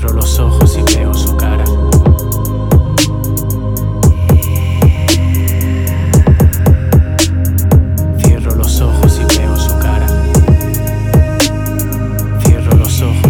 Cierro los ojos y veo su cara. Cierro los ojos y veo su cara. Cierro los ojos.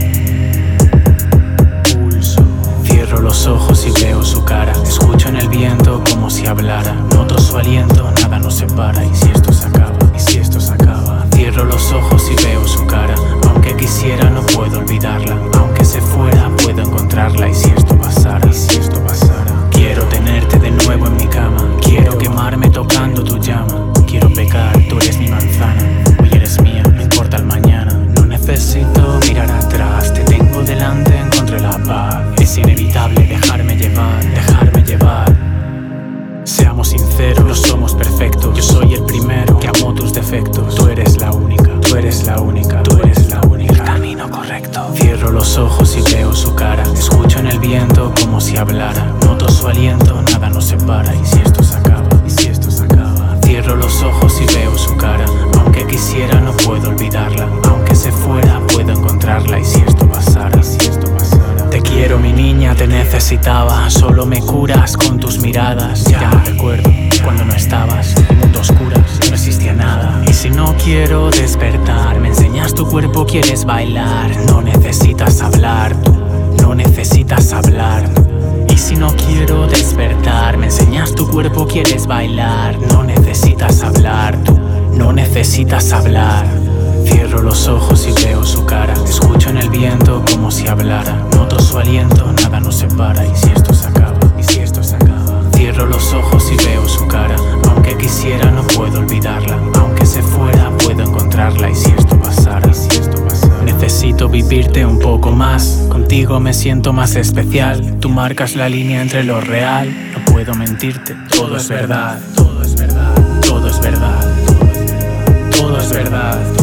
Pulso. Cierro los ojos y veo su cara. Escucho en el viento como si hablara. Noto su aliento, nada nos separa. ¿Y si esto se acaba? ¿Y si esto se acaba? Cierro los ojos y veo su cara. Aunque quisiera no puedo olvidarla. Aunque se fuera puedo encontrarla. ¿Y si esto pasara? ¿Y si esto pasara? Quiero tenerte de nuevo en mi cama. Quiero quemarme tocando tu llama. Quiero pecar, tú eres mi manzana. Hoy eres mía, no importa el mañana. No necesito mirar atrás. Te tengo delante, encontré la paz. Es inevitable dejarme llevar, dejarme llevar. Seamos sinceros, no somos perfectos. Yo soy el primero que amó tus defectos. Tú eres la única, tú eres la única, tú eres la única. El camino correcto. Cierro los ojos y veo su cara. Escucho en el viento como si hablara. Noto su aliento, nada nos separa. ¿Y si esto se acaba? ¿Y si esto se acaba? Cierro los ojos y veo su cara. Aunque quisiera no puedo olvidarla. Aunque se fuera puedo encontrarla. ¿Y si esto pasara? ¿Y si esto pasara? Te quiero mi niña, te necesitaba. Solo me curas con tus miradas. Ya no recuerdo cuando no estabas. El mundo oscuras, no existía nada. Y si no quiero despertar, me enseñas tu cuerpo, quieres bailar. No necesitas hablar tú, no necesitas hablar tú. Y si no quiero despertar, me enseñas tu cuerpo, quieres bailar. No necesitas hablar tú, no necesitas hablar. Cierro los ojos y veo su cara. Escucho en el viento como si hablara. Noto su aliento, nada nos separa. ¿Y si esto se acaba? ¿Y si esto se acaba? Cierro los ojos y veo su cara. Aunque quisiera no puedo olvidarla. Aunque se fuera puedo encontrarla. ¿Y si esto pasara? ¿Y si esto pasara? Necesito vivirte un poco más. Contigo me siento más especial. Tú marcas la línea entre lo real. No puedo mentirte, todo es verdad. Todo es verdad. Todo es verdad. Todo es verdad.